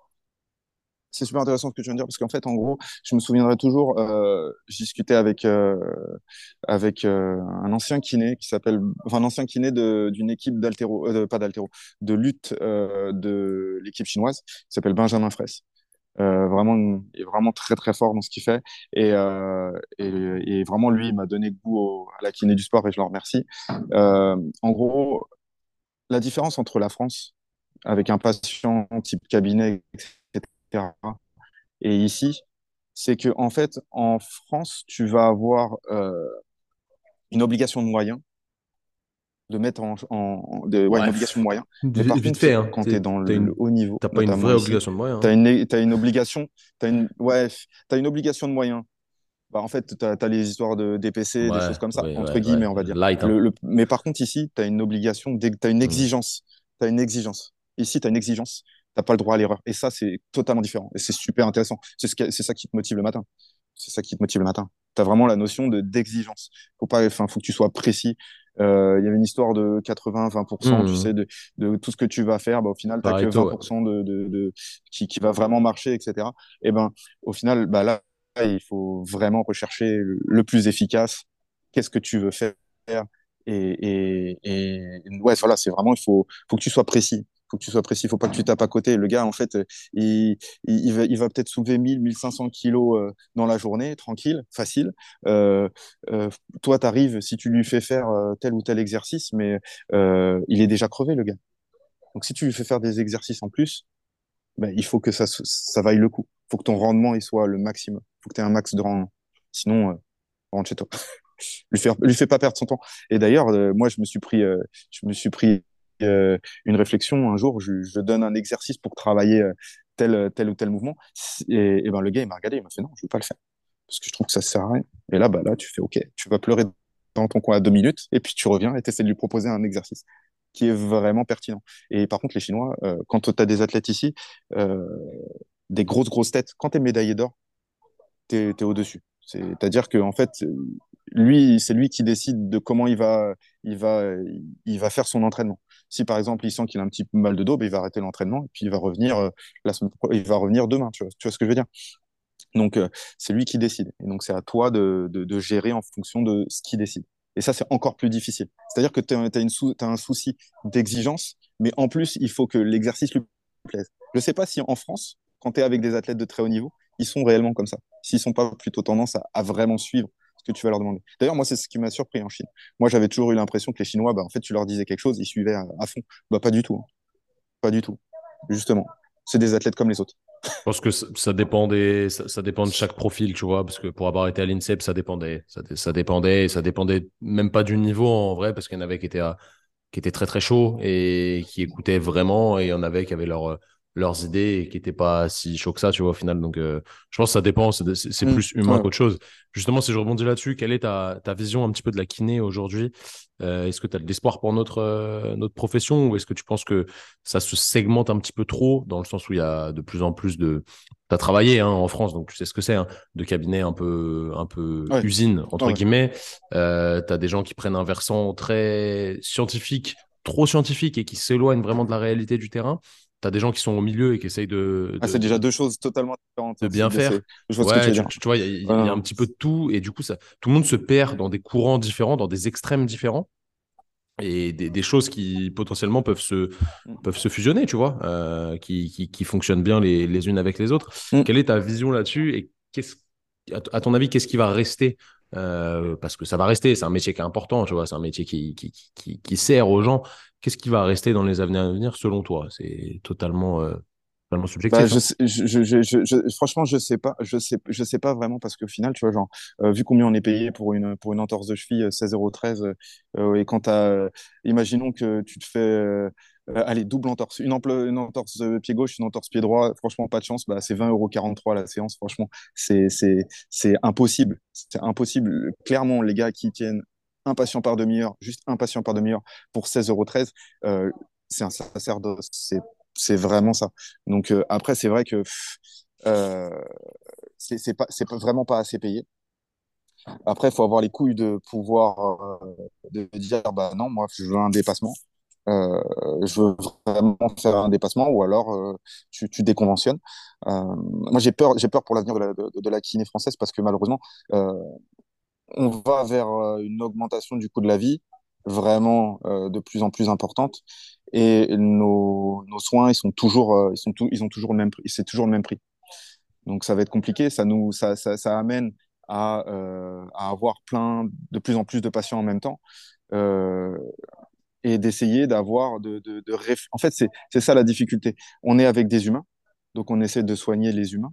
C'est super intéressant ce que tu viens de dire parce qu'en fait, en gros, je me souviendrai toujours, euh, je discutais avec, euh, avec euh, un ancien kiné qui s'appelle, enfin, un ancien kiné de- d'une équipe d'altéro, euh, de- pas d'altéro, de lutte euh, de l'équipe chinoise qui s'appelle Benjamin Fraisse. Euh, vraiment, il est vraiment très très fort dans ce qu'il fait et, euh, et, et vraiment lui, il m'a donné goût au- à la kiné du sport et je le remercie. Euh, en gros, la différence entre la France avec un patient type cabinet, et cetera, et ici, c'est que en fait, en France, tu vas avoir euh, une obligation de moyens, de mettre en, en- de, ouais, une obligation de Bref, moyens. Mais par vite fait, contre, hein. quand tu es T'es- dans T'as le une... haut niveau, t'as pas une notamment vraie ici, obligation de moyens, tu hein. as une, t'as une obligation, t'as une, ouais, t'as une obligation de moyens. Bah, en fait, tu as, les histoires de D P C, des Ouais, choses comme ça, ouais, entre ouais, ouais. guillemets, on va dire. Light, hein. Le, le- mais par contre, ici, tu as une obligation, tu as une Hmm. exigence. Tu as une exigence. Ici, tu as une exigence. Tu pas le droit à l'erreur. Et ça, c'est totalement différent. Et c'est super intéressant. C'est ce qui- c'est ça qui te motive le matin. C'est ça qui te motive le matin. Tu as vraiment la notion de d'exigence. Faut pas, enfin, faut que tu sois précis. Euh, Il y avait une histoire de quatre-vingts vingt pour cent, tu Hmm. sais, de, de tout ce que tu vas faire. Bah, au final, tu que Pareto, ouais. vingt pour cent de, de, de, qui, qui va vraiment marcher, et cetera. Et ben, au final, bah, là, il faut vraiment rechercher le plus efficace. Qu'est-ce que tu veux faire? Et, et, et ouais, voilà, c'est vraiment, il faut, faut que tu sois précis. Faut que tu sois précis, faut pas que tu tapes à côté. Le gars, en fait, il, il, il va, il va peut-être soulever mille, mille cinq cents kilos euh, dans la journée, tranquille, facile. Euh, euh, Toi, tu arrives, si tu lui fais faire euh, tel ou tel exercice, mais euh, il est déjà crevé, le gars. Donc, si tu lui fais faire des exercices en plus, ben, il faut que ça, ça vaille le coup. Il faut que ton rendement il soit le maximum. Il faut que tu aies un max de rendement. Sinon, euh, rentre chez toi. lui fais, lui fais pas perdre son temps. Et d'ailleurs, euh, moi, je me suis pris, euh, je me suis pris euh, une réflexion un jour. Je, je donne un exercice pour travailler. Euh, tel, tel ou tel mouvement. Et, et ben, le gars, il m'a regardé, il m'a fait non, je veux pas le faire. Parce que je trouve que ça sert à rien. Et là, bah, là, tu fais OK, tu vas pleurer dans ton coin à deux minutes, et puis tu reviens et tu essaies de lui proposer un exercice qui est vraiment pertinent. Et par contre, les Chinois, euh, quand tu as des athlètes ici, euh, des grosses, grosses têtes, quand tu es médaillé d'or, tu es, au-dessus. C'est-à-dire que en fait, lui, c'est lui qui décide de comment il va, il va, il va faire son entraînement. Si par exemple il sent qu'il a un petit peu mal de dos, ben, il va arrêter l'entraînement et puis il va revenir euh, la semaine, pro- il va revenir demain. Tu vois, tu vois ce que je veux dire? Donc euh, c'est lui qui décide. Et donc c'est à toi de, de, de gérer en fonction de ce qu'il décide. Et ça, c'est encore plus difficile. C'est-à-dire que tu as, une sou- t'as un souci d'exigence, mais en plus, il faut que l'exercice lui plaise. Je ne sais pas si en France, quand tu es avec des athlètes de très haut niveau, ils sont réellement comme ça. S'ils sont pas plutôt tendance à, à vraiment suivre ce que tu vas leur demander. D'ailleurs, moi, c'est ce qui m'a surpris en Chine. Moi, j'avais toujours eu l'impression que les Chinois, bah, en fait, tu leur disais quelque chose, ils suivaient à, à fond. Bah, pas du tout. Hein. Pas du tout. Justement. C'est des athlètes comme les autres. Je pense que ça, ça dépend des, ça, ça dépend de chaque profil, tu vois, parce que pour avoir été à l'INSEP, ça dépendait, ça, dé- ça dépendait, et ça dépendait même pas du niveau en vrai, parce qu'il y en avait qui étaient à, qui étaient très très chauds et qui écoutaient vraiment, et il y en avait qui avaient leur, leurs idées et qui n'étaient pas si chauds que ça, tu vois, au final. Donc, euh, je pense que ça dépend, c'est c'est- c'est Mm. plus humain Ouais. qu'autre chose. Justement, si je rebondis là-dessus, quelle est ta, ta vision un petit peu de la kiné aujourd'hui? Euh, est-ce que tu as de l'espoir pour notre, euh, notre profession ou est-ce que tu penses que ça se segmente un petit peu trop dans le sens où il y a de plus en plus de... Tu as travaillé hein, en France, donc tu sais ce que c'est, hein, de cabinets un peu, un peu Ouais. usines, Ouais, entre ouais. guillemets. Euh, tu as des gens qui prennent un versant très scientifique, trop scientifique et qui s'éloignent vraiment de la réalité du terrain. Tu as des gens qui sont au milieu et qui essayent de, Ah, de, c'est déjà de, deux choses totalement différentes. de Hein. bien C'est, c'est- faire. je vois ce que tu Ouais, veux tu, dire. tu, tu vois, il y, a- Ouais, il y a un non. petit peu de tout et du coup, ça, tout le monde se perd dans des courants différents, dans des extrêmes différents et des, des choses qui potentiellement peuvent se, peuvent se fusionner, tu vois, euh, qui, qui, qui fonctionnent bien les, les unes avec les autres. Mm. Quelle est ta vision là-dessus et qu'est-ce, à, à ton avis, qu'est-ce qui va rester euh, parce que ça va rester, c'est un métier qui est important, tu vois, c'est un métier qui, qui, qui, qui sert aux gens. Qu'est-ce qui va rester dans les années à venir selon toi? C'est totalement, euh, totalement Bah, subjectif, je, hein. sais- je, je, je, je- je- franchement, je sais pas, je sais, je sais pas vraiment parce qu'au final, tu vois, genre, euh, vu combien on est payé pour une, pour une entorse de cheville, euh, seize euros treize, euh, euh, et quand t'as, euh, imaginons que tu te fais, euh, euh, allez, double entorse, une, emple- une entorse euh, pied gauche, une entorse pied droit, franchement, pas de chance, bah, c'est vingt euros quarante-trois la séance, franchement, c'est, c'est, c'est impossible, c'est impossible. Clairement, les gars qui tiennent un patient par demi-heure, juste un patient par demi-heure pour seize euros treize, euh, c'est un sacerdoce, c'est, c'est vraiment ça. Donc euh, après, c'est vrai que pff, euh, c'est c'est pas, c'est pas- vraiment pas assez payé. Après, il faut avoir les couilles de pouvoir euh, de dire bah non, moi je veux un dépassement. Euh, je veux vraiment faire un dépassement ou alors euh, tu, tu déconventionnes. Euh, moi j'ai peur, j'ai peur pour l'avenir de la, de, de la kiné française parce que malheureusement euh, on va vers euh, une augmentation du coût de la vie vraiment euh, de plus en plus importante et nos, nos soins ils sont toujours euh, ils sont tout, ils ont toujours le même prix, c'est toujours le même prix. Donc ça va être compliqué. Ça nous, ça, ça, ça amène à, euh, à avoir plein, de plus en plus de patients en même temps euh, et d'essayer d'avoir de, de, de réf- En fait, c'est, c'est ça la difficulté. On est avec des humains, donc on essaie de soigner les humains.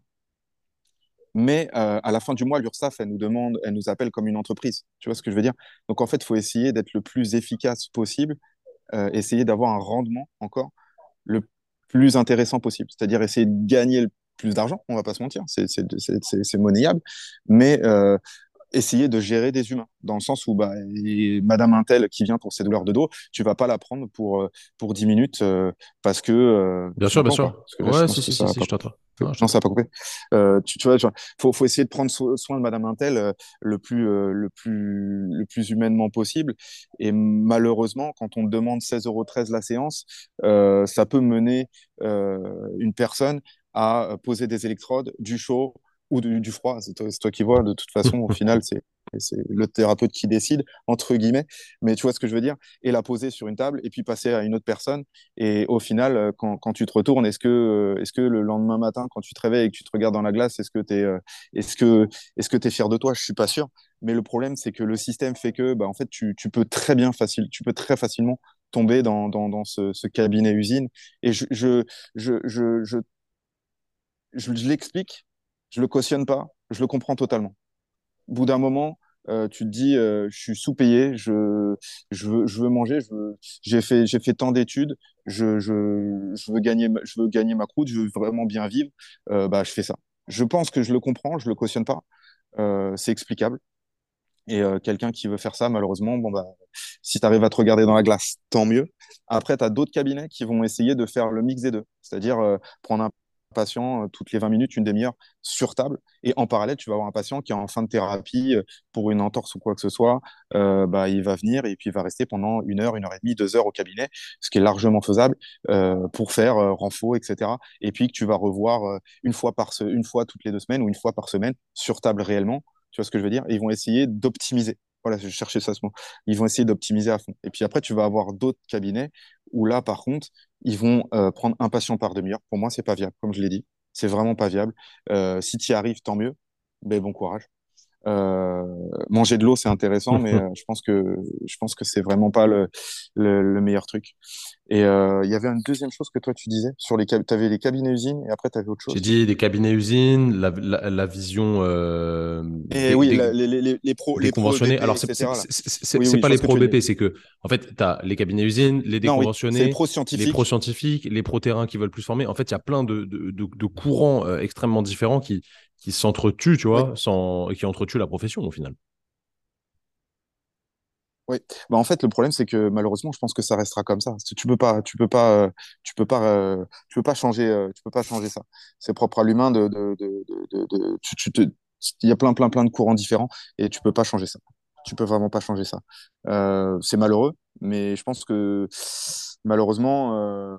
Mais euh, à la fin du mois, l'URSSAF, elle nous demande, elle nous appelle comme une entreprise. Tu vois ce que je veux dire? Donc en fait, il faut essayer d'être le plus efficace possible, euh, essayer d'avoir un rendement encore le plus intéressant possible. C'est-à-dire essayer de gagner le plus d'argent, on va pas se mentir, c'est c'est- c'est- c'est- c'est monnayable, mais euh, essayer de gérer des humains, dans le sens où bah, et Madame Intel qui vient pour ses douleurs de dos, tu vas pas la prendre pour, euh, pour dix minutes euh, parce que... euh, Bien tu sûr, bien m'entends ou pas? sûr. Parce que là, je Ouais, pense si, que si, ça si, va si, pas... je t'entends. Non, je Non, ça t'entends. va pas couper. Euh, tu, tu vois, genre, faut, faut essayer de prendre so- soin de Madame Intel euh, le plus, euh, le plus, le plus humainement possible. Et malheureusement, quand on demande seize euros treize la séance, euh, ça peut mener euh, une personne à poser des électrodes, du chaud ou du, du froid. C'est toi, c'est toi qui vois. De toute façon, au final, c'est c'est le thérapeute qui décide, entre guillemets. Mais tu vois ce que je veux dire? Et la poser sur une table et puis passer à une autre personne. Et au final, euh, quand, quand tu te retournes, est-ce que, euh, est-ce que le lendemain matin, quand tu te réveilles et que tu te regardes dans la glace, est-ce que tu es, est-ce que, est-ce que tu es fier de toi? Je suis pas sûr. Mais le problème, c'est que le système fait que, bah, en fait, tu, tu peux très bien facile, tu peux très facilement tomber dans, dans, dans ce, ce cabinet usine. Et je, je, je, je, je, je, je l'explique, je le cautionne pas, je le comprends totalement. Au bout d'un moment, euh, tu te dis, euh, je suis sous-payé, je, je veux, je veux manger, je veux- j'ai fait, j'ai fait tant d'études, je, je, je veux gagner, ma- je veux gagner ma croûte, je veux vraiment bien vivre, euh, bah, je fais ça. Je pense que je le comprends, je le cautionne pas, euh, c'est explicable. Et euh, quelqu'un qui veut faire ça, malheureusement, bon bah, si tu arrives à te regarder dans la glace, tant mieux. Après, tu as d'autres cabinets qui vont essayer de faire le mix des deux, c'est-à-dire euh, prendre un patient euh, toutes les vingt minutes, une demi-heure sur table, et en parallèle, tu vas avoir un patient qui est en fin de thérapie euh, pour une entorse ou quoi que ce soit, euh, bah, il va venir et puis il va rester pendant une heure, une heure et demie, deux heures au cabinet, ce qui est largement faisable euh, pour faire euh, renfort, et cetera. Et puis que tu vas revoir euh, une fois par se- une fois toutes les deux semaines ou une fois par semaine sur table réellement. Tu vois ce que je veux dire? Et ils vont essayer d'optimiser. Voilà, je cherchais ça ce mot. Ils vont essayer d'optimiser à fond. Et puis après, tu vas avoir d'autres cabinets où là, par contre, ils vont euh, prendre un patient par demi-heure. Pour moi, c'est pas viable, comme je l'ai dit. C'est vraiment pas viable. Euh, si tu y arrives, tant mieux. Ben, bon courage. Euh, Manger de l'eau, c'est intéressant, mais euh, je pense que je pense que c'est vraiment pas le, le, le meilleur truc. Et euh, il y avait une deuxième chose que toi tu disais sur les tu avais les cabinets usines et après tu avais autre J'ai chose. dit des cabinets usines, la, la, la vision euh, Et des, oui, des, la- les, les, les pros des les pros conventionnés. E B P, Alors, c'est c'est et cetera là. c'est- c'est- Oui, c'est oui, je pas vois les ce que pros tu veux dire. B P, c'est que, en fait, tu as les cabinets usines, les Non, oui, c'est les déconventionnés, pros les pros scientifiques. scientifiques, les pros terrains qui veulent plus former. En fait, il y a plein de, de, de, de courants euh, extrêmement différents qui, qui s'entretuent, tu Oui, vois, sans, et qui entretuent la profession au final. oui. Bah, en fait, le problème, c'est que malheureusement, je pense que ça restera comme ça. Tu peux pas, tu peux pas, euh, tu peux pas, euh, tu peux pas changer, euh, tu peux pas changer ça. C'est propre à l'humain de, de, de, de, de- de- tu, tu te, il y a plein, plein, plein de courants différents et tu peux pas changer ça. Tu peux vraiment pas changer ça. Euh, c'est malheureux, mais je pense que malheureusement, euh,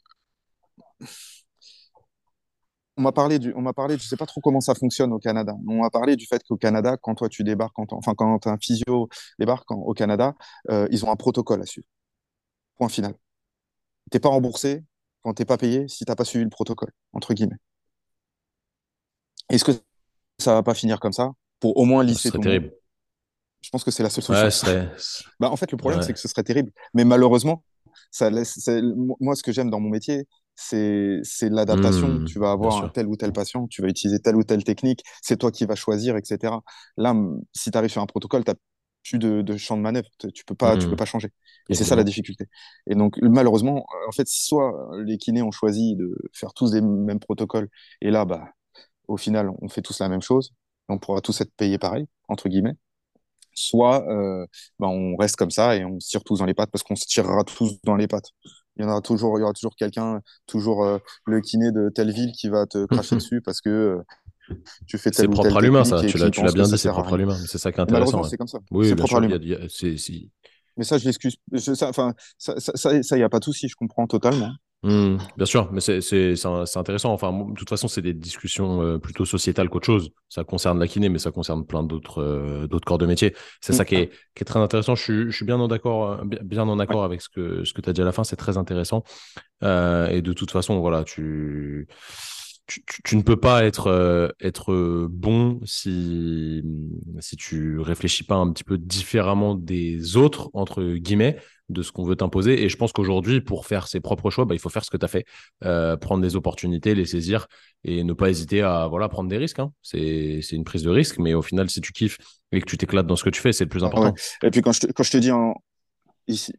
on m'a parlé du, on m'a parlé, je sais pas trop comment ça fonctionne au Canada. On m'a parlé du fait qu'au Canada, quand toi tu débarques, quand, enfin quand un physio débarque en- au Canada, euh, ils ont un protocole à suivre. Point final. T'es pas remboursé quand t'es pas payé si t'as pas suivi le protocole, entre guillemets. Est-ce que ça va pas finir comme ça pour au moins Ce lisser serait tout le monde? terrible. Je pense que c'est la seule Ouais, solution. ce serait. Bah, en fait, le problème, Ouais. c'est que ce serait terrible. Mais malheureusement, ça laisse, c'est- moi, ce que j'aime dans mon métier, c'est, c'est l'adaptation. Hmm, Tu vas bien avoir un sûr. tel ou tel patient, tu vas utiliser telle ou telle technique, c'est toi qui vas choisir, et cetera. Là, m- si tu arrives sur un protocole, tu n'as plus de, de champ de manœuvre. Tu tu peux pas, tu peux Hmm, pas changer. Et c'est ça la évidemment. difficulté. Et donc, malheureusement, en fait, soit les kinés ont choisi de faire tous les mêmes protocoles, et là, bah, au final, on fait tous la même chose, on pourra tous être payés pareil, entre guillemets, soit euh, ben, on reste comme ça et on se tire tous dans les pattes parce qu'on se tirera tous dans les pattes. Il y en aura toujours, il y aura toujours quelqu'un, toujours euh, le kiné de telle ville qui va te cracher dessus parce que euh, tu fais C'est telle ou telle propre à l'humain, technique ça. et Tu l'as, qui tu l'as pense que bien ça dit, c'est sert à propre à rien. l'humain. C'est ça qui est Et malheureusement, intéressant. Ouais. c'est comme ça. Oui, C'est bien propre à sûr. Il y l'humain. a, il y a- c'est, c'est- Mais ça, je l'excuse. Je- Ça, enfin, ça, ça, ça, ça, y a pas de souci. Je comprends totalement. Hmm, bien sûr, mais c'est c'est- c'est un- c'est intéressant. Enfin, moi, de toute façon, c'est des discussions euh, plutôt sociétales qu'autre chose. Ça concerne la kiné, mais ça concerne plein d'autres euh, d'autres corps de métier. C'est ça qui Mm. est, qui est très intéressant. Je suis, je suis bien en accord, euh, bien bien en Ouais. accord avec ce que, ce que tu as dit à la fin. C'est très intéressant. Euh, et de toute façon, voilà, tu, tu, tu- tu ne peux pas être, euh, être euh, bon si, si tu réfléchis pas un petit peu différemment des autres, entre guillemets, de ce qu'on veut t'imposer. Et je pense qu'aujourd'hui, pour faire ses propres choix, bah, il faut faire ce que tu as fait. Euh, prendre des opportunités, les saisir et ne pas hésiter à voilà, prendre des risques, hein. C'est, c'est une prise de risque, mais au final, si tu kiffes et que tu t'éclates dans ce que tu fais, c'est le plus Ah ouais. important. Et puis quand je te, quand je te dis en, ici,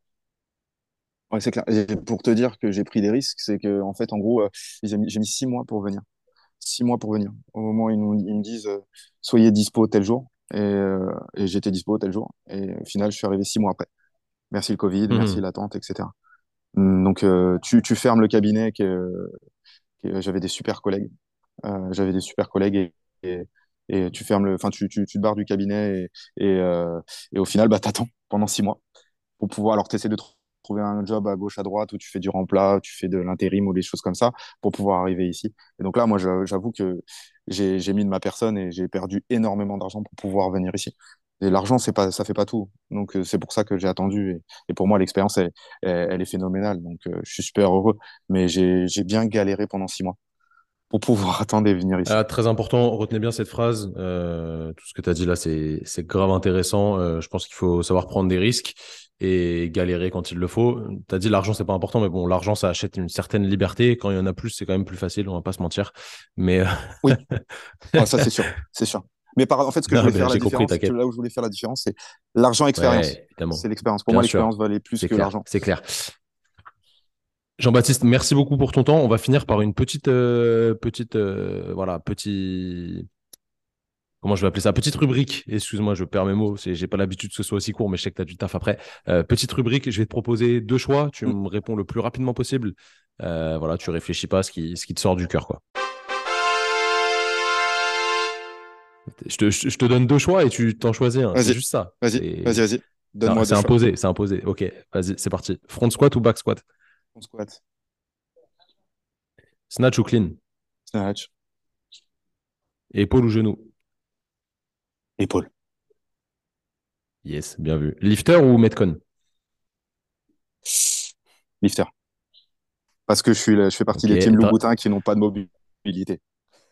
ouais, c'est clair. Et pour te dire que j'ai pris des risques, c'est que en fait, en gros, euh, j'ai mis, j'ai mis six mois pour venir. Six mois pour venir. Au moment où ils, nous- ils me disent euh, soyez dispo tel jour. Et, euh, et j'étais dispo tel jour. Et au final, je suis arrivé six mois après. Merci le Covid, merci l'attente, et cetera. Hum, Donc, euh, tu, tu fermes le cabinet. Que, que j'avais des super collègues. Euh, j'avais des super collègues et, et, et tu fermes le, enfin, tu, tu, tu te barres du cabinet et, et, euh, et au final, bah, t'attends pendant six mois pour pouvoir, alors t'essaies de tr- trouver un job à gauche, à droite où tu fais du remplat, tu fais de l'intérim ou des choses comme ça pour pouvoir arriver ici. Et donc là, moi, j'a- j'avoue que j'ai, j'ai mis de ma personne et j'ai perdu énormément d'argent pour pouvoir venir ici. Et l'argent, c'est pas, ça fait pas tout. Donc, euh, c'est pour ça que j'ai attendu. Et, et pour moi, l'expérience, elle, elle, elle est phénoménale. Donc, euh, je suis super heureux. Mais j'ai, j'ai bien galéré pendant six mois pour pouvoir attendre et venir ici. Ah, très important, retenez bien cette phrase. Euh, tout ce que tu as dit là, c'est, c'est grave intéressant. Euh, je pense qu'il faut savoir prendre des risques et galérer quand il le faut. Tu as dit l'argent, c'est pas important, mais bon, l'argent, ça achète une certaine liberté. Quand il y en a plus, c'est quand même plus facile, on va pas se mentir. Mais, Oui, ah, ça, c'est sûr. C'est sûr. Mais par, en fait, ce que je Non, voulais mais faire la j'ai compris, différence, t'inquiète. là où je voulais faire la différence, c'est l'argent expérience. Ouais, évidemment. C'est l'expérience. Pour Bien moi, sûr. l'expérience valait plus C'est que clair, l'argent. c'est clair. Jean-Baptiste, merci beaucoup pour ton temps. On va finir par une petite, euh, petite, euh, voilà, petit, comment je vais appeler ça? Petite rubrique. Excuse-moi, je perds mes mots. C'est, j'ai pas l'habitude que ce soit aussi court, mais je sais que tu as du taf après. Euh, petite rubrique. Je vais te proposer deux choix. Tu Mm. me réponds le plus rapidement possible. Euh, voilà, tu réfléchis pas à ce qui, ce qui te sort du cœur, quoi. Je te, je, je te donne deux choix et tu t'en choisis un. C'est Vas-y, juste ça. vas-y, vas-y, C'est, vas-y. c'est Donne-moi deux c'est choix. imposé, c'est imposé. Ok, vas-y, c'est parti. Front squat ou back squat? On squat. Snatch ou clean? Snatch. Épaule ou genou? Épaule. Yes, bien vu. Lifter ou metcon? Lifter. Parce que je suis, là- je fais partie Ok. des teams Dra- Louboutin qui n'ont pas de mobilité.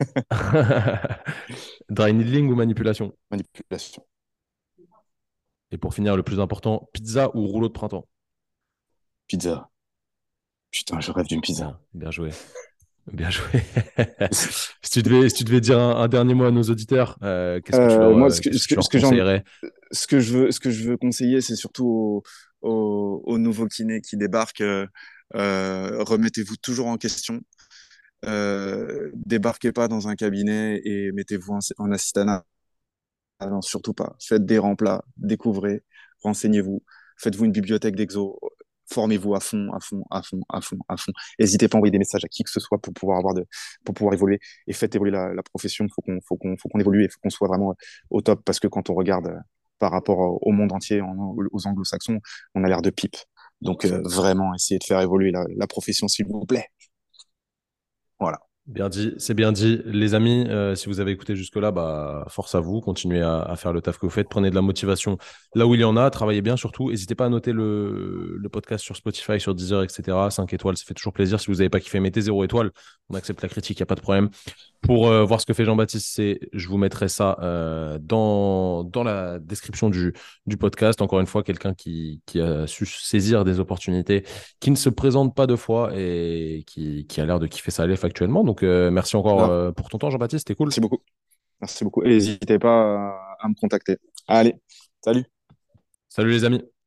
Dry needling ou manipulation? Manipulation. Et pour finir, le plus important, pizza ou rouleau de printemps? Pizza. Putain, je rêve d'une pizza. Bien, bien joué. Bien joué. Si tu devais, si tu devais dire un, un dernier mot à nos auditeurs, euh, qu'est-ce que tu leur, Euh, moi, euh, ce que, qu'est-ce ce que tu que, leur ce que j'en- conseillerais? ce que je veux, ce que je veux conseiller, c'est surtout aux, aux- aux nouveaux kinés qui débarquent, euh, euh, remettez-vous toujours en question. Euh, débarquez pas dans un cabinet et mettez-vous en, en assistanat. Ah non, surtout pas. Faites des remplats, découvrez, renseignez-vous, faites-vous une bibliothèque d'exo, formez-vous à fond, à fond, à fond, à fond, à fond. N'hésitez pas à envoyer des messages à qui que ce soit pour pouvoir avoir de, pour pouvoir évoluer et faites évoluer la, la profession. Faut qu'on, faut qu'on, faut qu'on évolue et faut qu'on soit vraiment au top parce que quand on regarde euh, par rapport au monde entier, en- aux anglo-saxons, on a l'air de pipe. Donc euh, vraiment, essayez de faire évoluer la, la profession, s'il vous plaît. Voilà. Bien dit, c'est bien dit. Les amis, euh, si vous avez écouté jusque-là, bah, force à vous, continuez à, à faire le taf que vous faites, prenez de la motivation là où il y en a, travaillez bien surtout. N'hésitez pas à noter le, le podcast sur Spotify, sur Deezer, et cetera. cinq étoiles, ça fait toujours plaisir. Si vous n'avez pas kiffé, mettez zéro étoile. On accepte la critique, il n'y a pas de problème. Pour euh, voir ce que fait Jean-Baptiste, c'est, je vous mettrai ça euh, dans, dans la description du, du podcast. Encore une fois, quelqu'un qui, qui a su saisir des opportunités, qui ne se présente pas deux fois et qui, qui a l'air de kiffer sa life actuellement. Donc, euh, merci encore Grave. euh, pour ton temps, Jean-Baptiste. C'était cool. Merci beaucoup. Merci beaucoup. Et n'hésitez pas à, à me contacter. Allez, salut. Salut les amis.